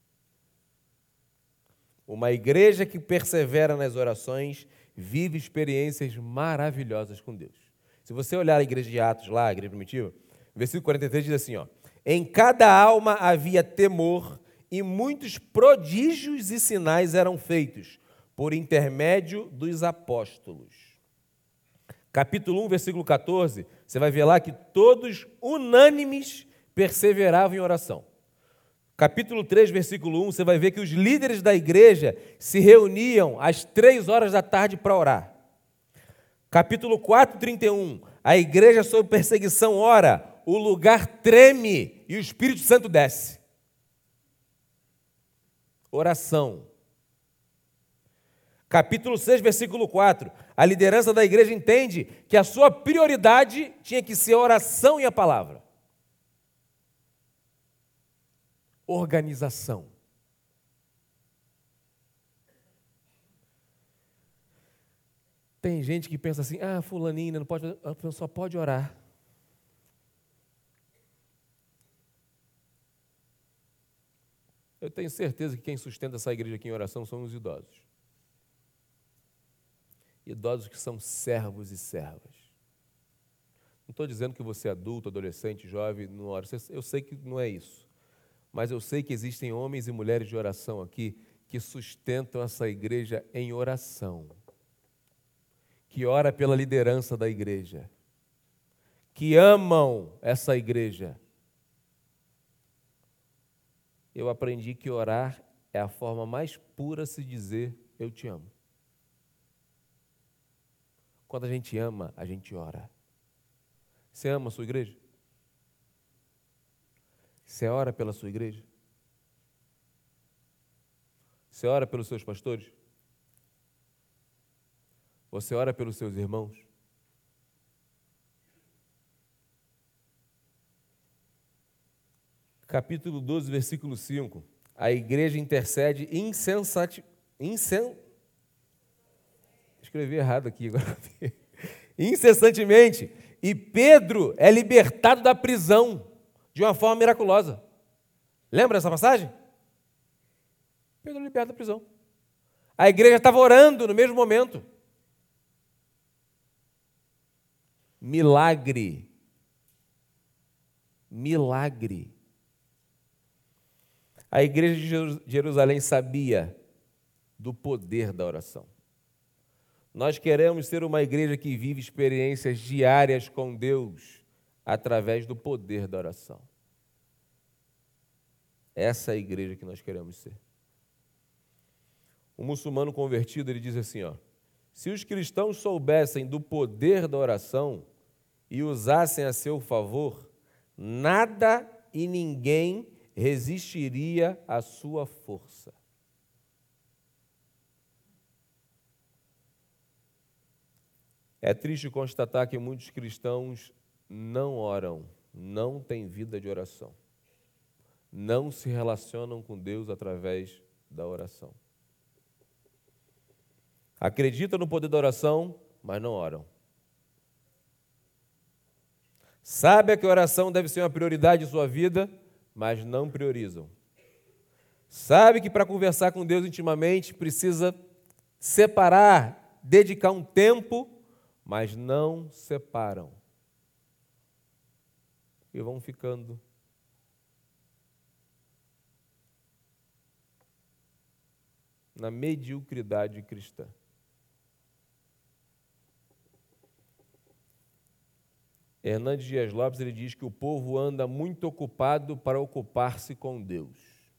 Speaker 1: Uma igreja que persevera nas orações vive experiências maravilhosas com Deus. Se você olhar a igreja de Atos lá, a igreja primitiva, o versículo quarenta e três diz assim, ó: em cada alma havia temor e muitos prodígios e sinais eram feitos por intermédio dos apóstolos. Capítulo um, versículo catorze, você vai ver lá que todos unânimes perseveravam em oração. Capítulo três, versículo um, você vai ver que os líderes da igreja se reuniam às três horas da tarde para orar. Capítulo quatro, trinta e um, a igreja sob perseguição ora, o lugar treme e o Espírito Santo desce. Oração. Capítulo seis, versículo quatro, a liderança da igreja entende que a sua prioridade tinha que ser a oração e a palavra. Organização. Tem gente que pensa assim, ah, fulaninha não pode, só pode orar. Eu tenho certeza que quem sustenta essa igreja aqui em oração são os idosos. Idosos que são servos e servas. Não estou dizendo que você é adulto, adolescente, jovem, não ora. Eu sei que não é isso. Mas eu sei que existem homens e mulheres de oração aqui que sustentam essa igreja em oração. Que ora pela liderança da igreja. Que amam essa igreja. Eu aprendi que orar é a forma mais pura de se dizer eu te amo. Quando a gente ama, a gente ora. Você ama a sua igreja? Você ora pela sua igreja? Você ora pelos seus pastores? Você ora pelos seus irmãos? Capítulo doze, versículo cinco. A igreja intercede insensati... Insen... Escrevi errado aqui agora. Incessantemente. E Pedro é libertado da prisão de uma forma miraculosa. Lembra dessa passagem? Pedro é libertado da prisão. A igreja estava orando no mesmo momento. Milagre. Milagre. A igreja de Jerusalém sabia do poder da oração. Nós queremos ser uma igreja que vive experiências diárias com Deus através do poder da oração. Essa é a igreja que nós queremos ser. O muçulmano convertido, ele diz assim, ó, se os cristãos soubessem do poder da oração e usassem a seu favor, nada e ninguém resistiria à sua força. É triste constatar que muitos cristãos não oram, não têm vida de oração. Não se relacionam com Deus através da oração. Acreditam no poder da oração, mas não oram. Sabe que a oração deve ser uma prioridade em sua vida, mas não priorizam. Sabe que para conversar com Deus intimamente precisa separar, dedicar um tempo, mas não separam. E vão ficando na mediocridade cristã. Hernandes Dias Lopes, ele diz que o povo anda muito ocupado para ocupar-se com Deus.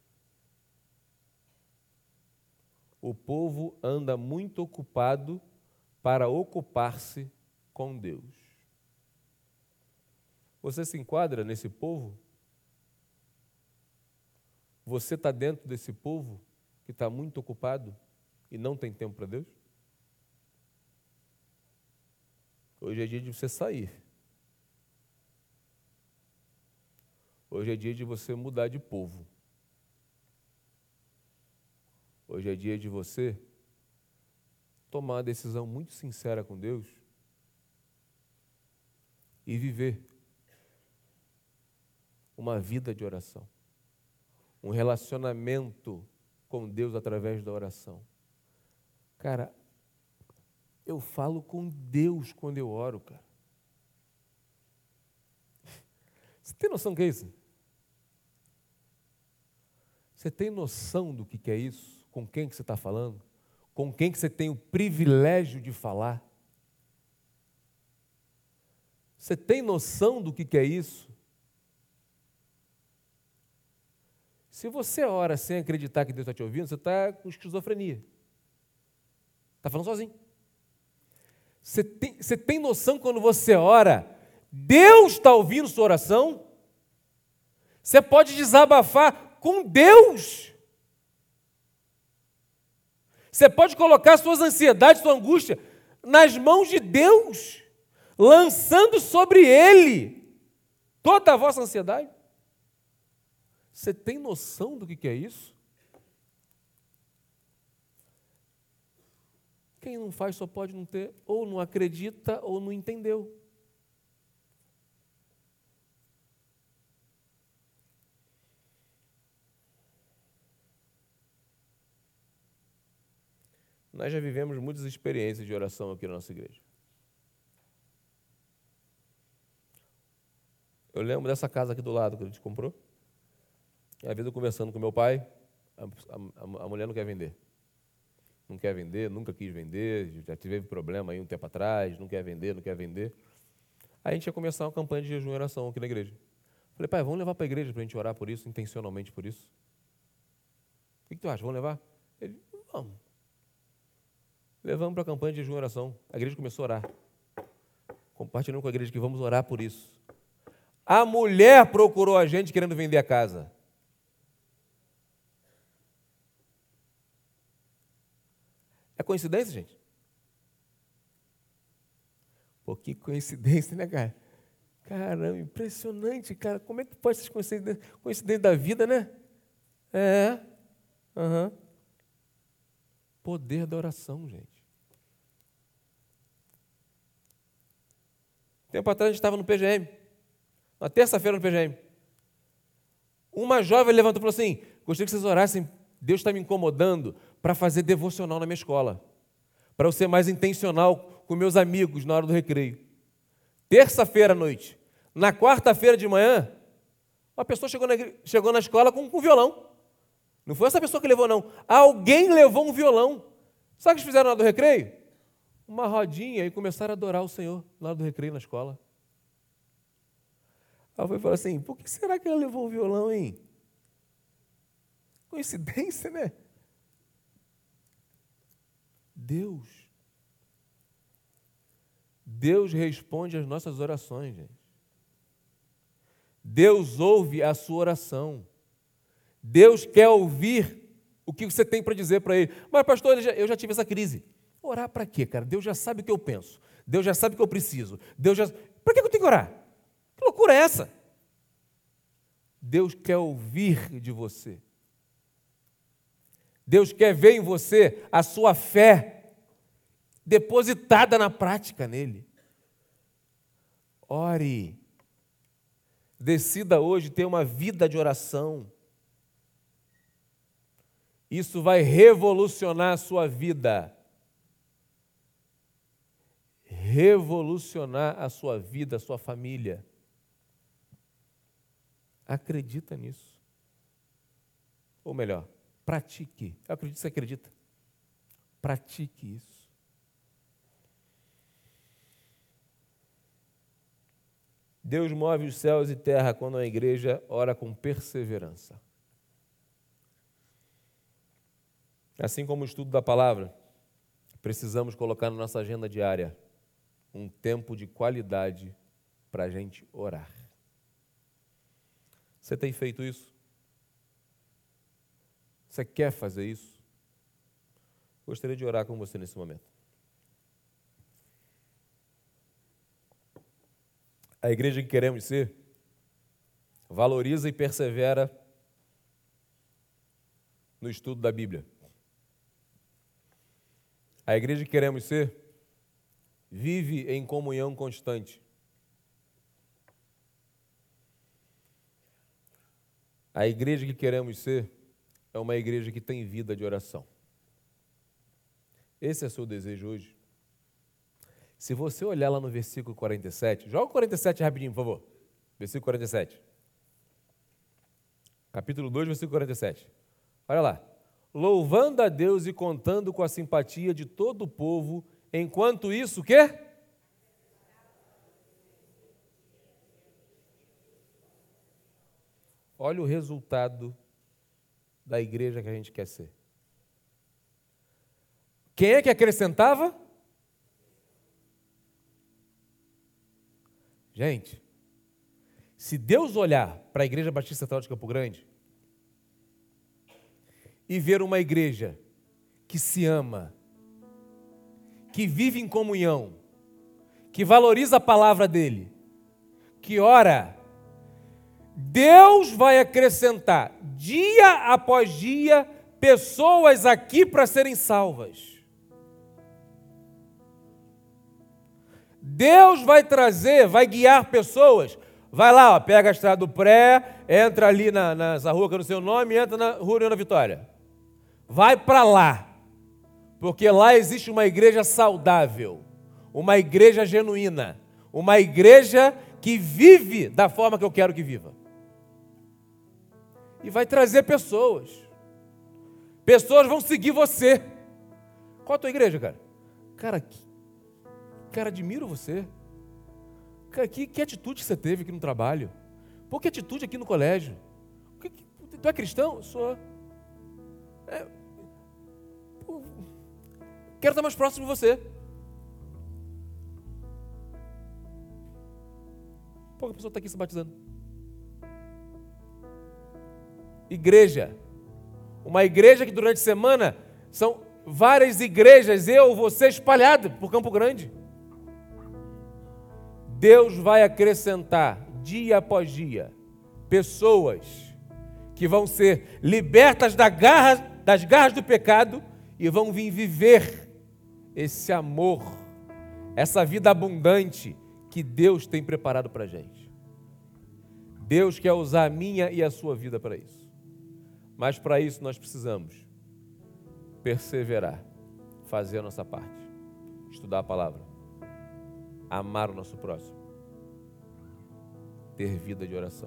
Speaker 1: O povo anda muito ocupado para ocupar-se com Deus. Você se enquadra nesse povo? Você está dentro desse povo que está muito ocupado e não tem tempo para Deus? Hoje é dia de você sair. Hoje é dia de você mudar de povo. Hoje é dia de você tomar uma decisão muito sincera com Deus e viver uma vida de oração. Um relacionamento com Deus através da oração. Cara, eu falo com Deus quando eu oro, cara. Você tem noção do que é isso? Você tem noção do que é isso? Com quem que você está falando? Com quem que você tem o privilégio de falar? Você tem noção do que é isso? Se você ora sem acreditar que Deus está te ouvindo, você está com esquizofrenia. Está falando sozinho. Você tem, você tem noção quando você ora, Deus está ouvindo sua oração? Você pode desabafar com Deus. Você pode colocar suas ansiedades, sua angústia nas mãos de Deus, lançando sobre Ele toda a vossa ansiedade. Você tem noção do que é isso? Quem não faz só pode não ter, ou não acredita, ou não entendeu. Nós já vivemos muitas experiências de oração aqui na nossa igreja. Eu lembro dessa casa aqui do lado que a gente comprou. A vida conversando com meu pai, a, a, a mulher não quer vender. Não quer vender, nunca quis vender, já teve problema aí um tempo atrás, não quer vender, não quer vender. Aí a gente ia começar uma campanha de jejum e oração aqui na igreja. Falei, pai, vamos levar para a igreja para a gente orar por isso, intencionalmente por isso. O que, que tu acha? Vamos levar? Ele, vamos. Levamos para a campanha de jejum e oração. A igreja começou a orar. Compartilhando com a igreja que vamos orar por isso. A mulher procurou a gente querendo vender a casa. É coincidência, gente? Pô, que coincidência, né, cara? Caramba, impressionante, cara. Como é que pode ser coincidência, coincidência da vida, né? É. Uhum. Poder da oração, gente. Tempo atrás a gente estava no P G M. Uma terça-feira no P G M. Uma jovem levantou e falou assim, gostaria que vocês orassem, Deus está me incomodando para fazer devocional na minha escola, para eu ser mais intencional com meus amigos na hora do recreio. Terça-feira à noite. Na quarta-feira de manhã, uma pessoa chegou na, chegou na escola com, com violão. Não foi essa pessoa que levou, não. Alguém levou um violão. Sabe o que eles fizeram na hora do recreio? Uma rodinha e começaram a adorar o Senhor na hora do recreio na escola. Aí eu falei assim, por que será que ela levou o violão, hein? Coincidência, né? Deus. Deus responde às nossas orações, gente. Deus ouve a sua oração. Deus quer ouvir o que você tem para dizer para Ele. Mas, pastor, eu já tive essa crise. Orar para quê, cara? Deus já sabe o que eu penso. Deus já sabe o que eu preciso. Deus já... Para que eu tenho que orar? Que loucura é essa? Deus quer ouvir de você. Deus quer ver em você a sua fé depositada na prática nele. Ore. Decida hoje ter uma vida de oração. Isso vai revolucionar a sua vida. Revolucionar a sua vida, a sua família. Acredita nisso. Ou melhor, pratique. Eu acredito que você acredita. Pratique isso. Deus move os céus e terra quando a igreja ora com perseverança. Assim como o estudo da palavra, precisamos colocar na nossa agenda diária um tempo de qualidade para a gente orar. Você tem feito isso? Você quer fazer isso? Gostaria de orar com você nesse momento. A igreja que queremos ser valoriza e persevera no estudo da Bíblia. A igreja que queremos ser vive em comunhão constante. A igreja que queremos ser é uma igreja que tem vida de oração. Esse é o seu desejo hoje? Se você olhar lá no versículo quarenta e sete, joga o quarenta e sete rapidinho, por favor. Versículo quarenta e sete. Capítulo dois, versículo quarenta e sete. Olha lá. Louvando a Deus e contando com a simpatia de todo o povo, enquanto isso, o quê? Olha o resultado da igreja que a gente quer ser. Quem é que acrescentava? Gente, se Deus olhar para a Igreja Batista Central de Campo Grande e ver uma igreja que se ama, que vive em comunhão, que valoriza a palavra dele, que ora, Deus vai acrescentar dia após dia pessoas aqui para serem salvas. Deus vai trazer, vai guiar pessoas. Vai lá, ó, pega a estrada do Pré, entra ali na, nessa rua que eu não sei o nome, entra na Rua União da Vitória. Vai para lá, porque lá existe uma igreja saudável, uma igreja genuína, uma igreja que vive da forma que eu quero que viva. E vai trazer pessoas. Pessoas vão seguir você. Qual a tua igreja, cara? Cara, que, cara, admiro você. Cara, que, que atitude você teve aqui no trabalho? Pô, que atitude aqui no colégio? Que, que, tu é cristão? Sou. É, pô, quero estar mais próximo de você. Pô, a pessoa está aqui se batizando. Igreja. Uma igreja que durante a semana são várias igrejas, eu, você, espalhado por Campo Grande. Deus vai acrescentar, dia após dia, pessoas que vão ser libertas da garra, das garras do pecado e vão vir viver esse amor, essa vida abundante que Deus tem preparado para a gente. Deus quer usar a minha e a sua vida para isso. Mas para isso nós precisamos perseverar, fazer a nossa parte, estudar a palavra, amar o nosso próximo, ter vida de oração.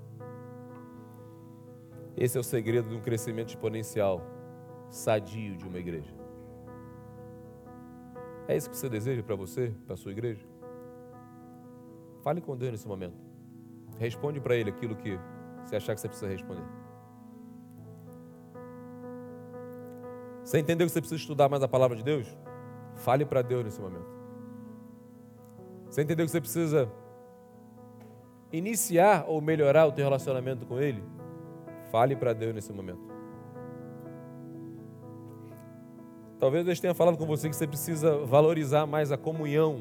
Speaker 1: Esse é o segredo de um crescimento exponencial, sadio de uma igreja. É isso que você deseja para você, para a sua igreja? Fale com Deus nesse momento. Responde para Ele aquilo que você achar que você precisa responder. Você entendeu que você precisa estudar mais a palavra de Deus? Fale para Deus nesse momento. Você entendeu que você precisa iniciar ou melhorar o teu relacionamento com Ele? Fale para Deus nesse momento. Talvez Deus tenha falado com você que você precisa valorizar mais a comunhão.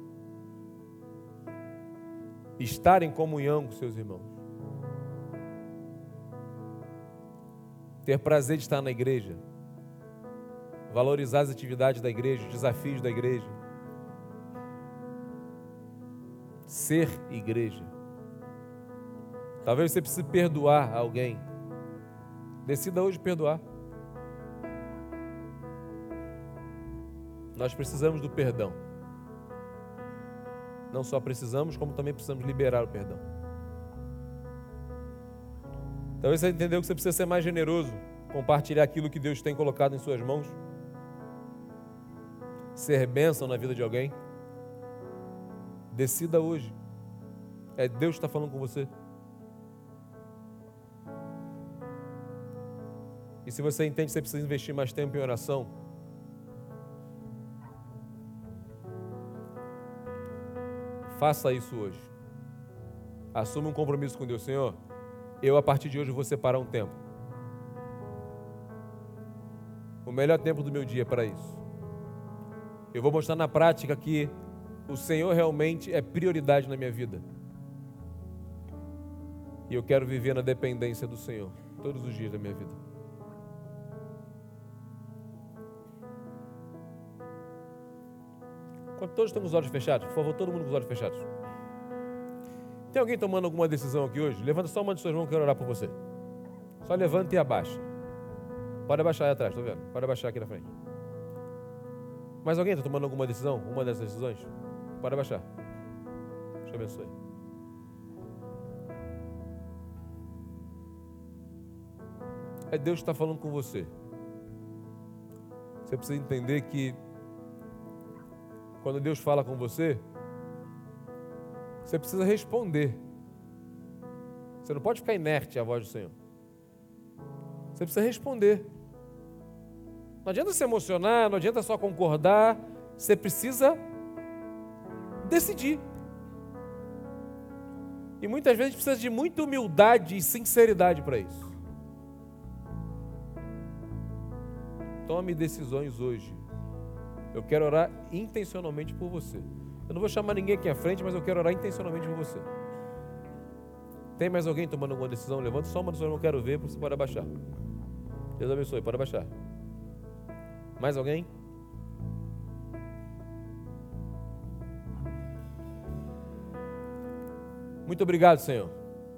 Speaker 1: Estar em comunhão com seus irmãos. Ter prazer de estar na igreja. Valorizar as atividades da igreja, os desafios da igreja. Ser igreja. Talvez você precise perdoar alguém. Decida hoje perdoar. Nós precisamos do perdão. Não só precisamos, como também precisamos liberar o perdão. Talvez você entendeu que você precisa ser mais generoso, compartilhar aquilo que Deus tem colocado em suas mãos. Ser bênção na vida de alguém. Decida hoje. É Deus que está falando com você. E se você entende que você precisa investir mais tempo em oração, faça isso hoje. Assuma um compromisso com Deus. Senhor, eu a partir de hoje vou separar um tempo. O melhor tempo do meu dia para isso. Eu vou mostrar na prática que o Senhor realmente é prioridade na minha vida. E eu quero viver na dependência do Senhor todos os dias da minha vida. Quando todos estão com os olhos fechados, por favor, todo mundo com os olhos fechados. Tem alguém tomando alguma decisão aqui hoje? Levanta só uma de suas mãos que eu quero orar por você. Só levanta e abaixa. Pode abaixar aí atrás, estou vendo? Pode abaixar aqui na frente. Mais alguém está tomando alguma decisão? Uma dessas decisões? Pode abaixar. Deus te abençoe. É Deus que está falando com você. Você precisa entender que quando Deus fala com você, você precisa responder. Você não pode ficar inerte à voz do Senhor. Você precisa responder. Não adianta se emocionar, não adianta só concordar. Você precisa decidir. E muitas vezes precisa de muita humildade e sinceridade para isso. Tome decisões hoje. Eu quero orar intencionalmente por você. Eu não vou chamar ninguém aqui à frente, mas eu quero orar intencionalmente por você. Tem mais alguém tomando alguma decisão? Levanta só uma decisão, eu não quero ver, você pode abaixar. Deus abençoe, pode abaixar. Mais alguém? Muito obrigado, Senhor,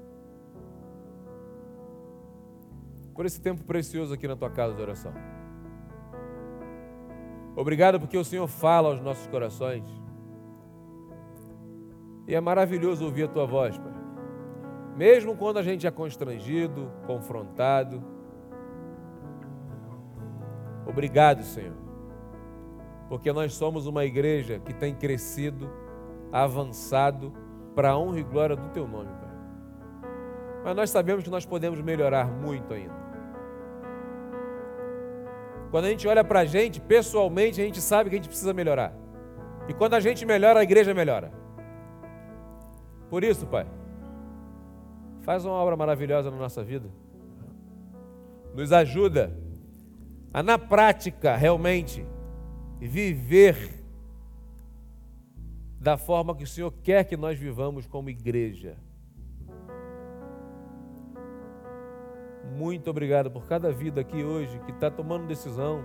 Speaker 1: por esse tempo precioso aqui na tua casa de oração. Obrigado porque o Senhor fala aos nossos corações. E é maravilhoso ouvir a tua voz, Pai. Mesmo quando a gente é constrangido, confrontado. Obrigado, Senhor, porque nós somos uma igreja que tem crescido, avançado, para a honra e glória do teu nome, Pai. Mas nós sabemos que nós podemos melhorar muito ainda. Quando a gente olha para a gente, pessoalmente, a gente sabe que a gente precisa melhorar. E quando a gente melhora, a igreja melhora. Por isso, Pai, faz uma obra maravilhosa na nossa vida. Nos ajuda a, na prática, realmente, viver da forma que o Senhor quer que nós vivamos como igreja. Muito obrigado por cada vida aqui hoje que está tomando decisão,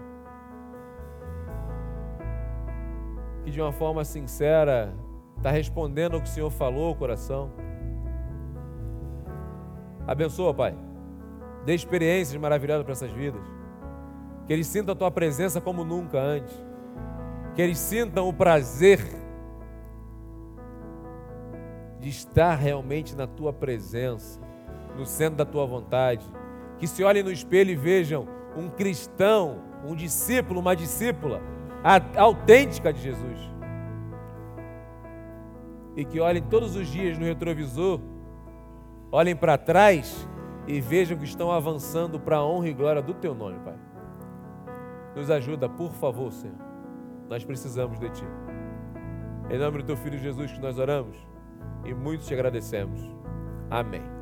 Speaker 1: que de uma forma sincera está respondendo ao que o Senhor falou, o coração. Abençoa, Pai. Dê experiências maravilhosas para essas vidas. Que eles sintam a Tua presença como nunca antes. Que eles sintam o prazer de estar realmente na Tua presença, no centro da Tua vontade. Que se olhem no espelho e vejam um cristão, um discípulo, uma discípula autêntica de Jesus. E que olhem todos os dias no retrovisor, olhem para trás e vejam que estão avançando para a honra e glória do Teu nome, Pai. Nos ajuda, por favor, Senhor. Nós precisamos de Ti. Em nome do Teu Filho Jesus que nós oramos e muito te agradecemos. Amém.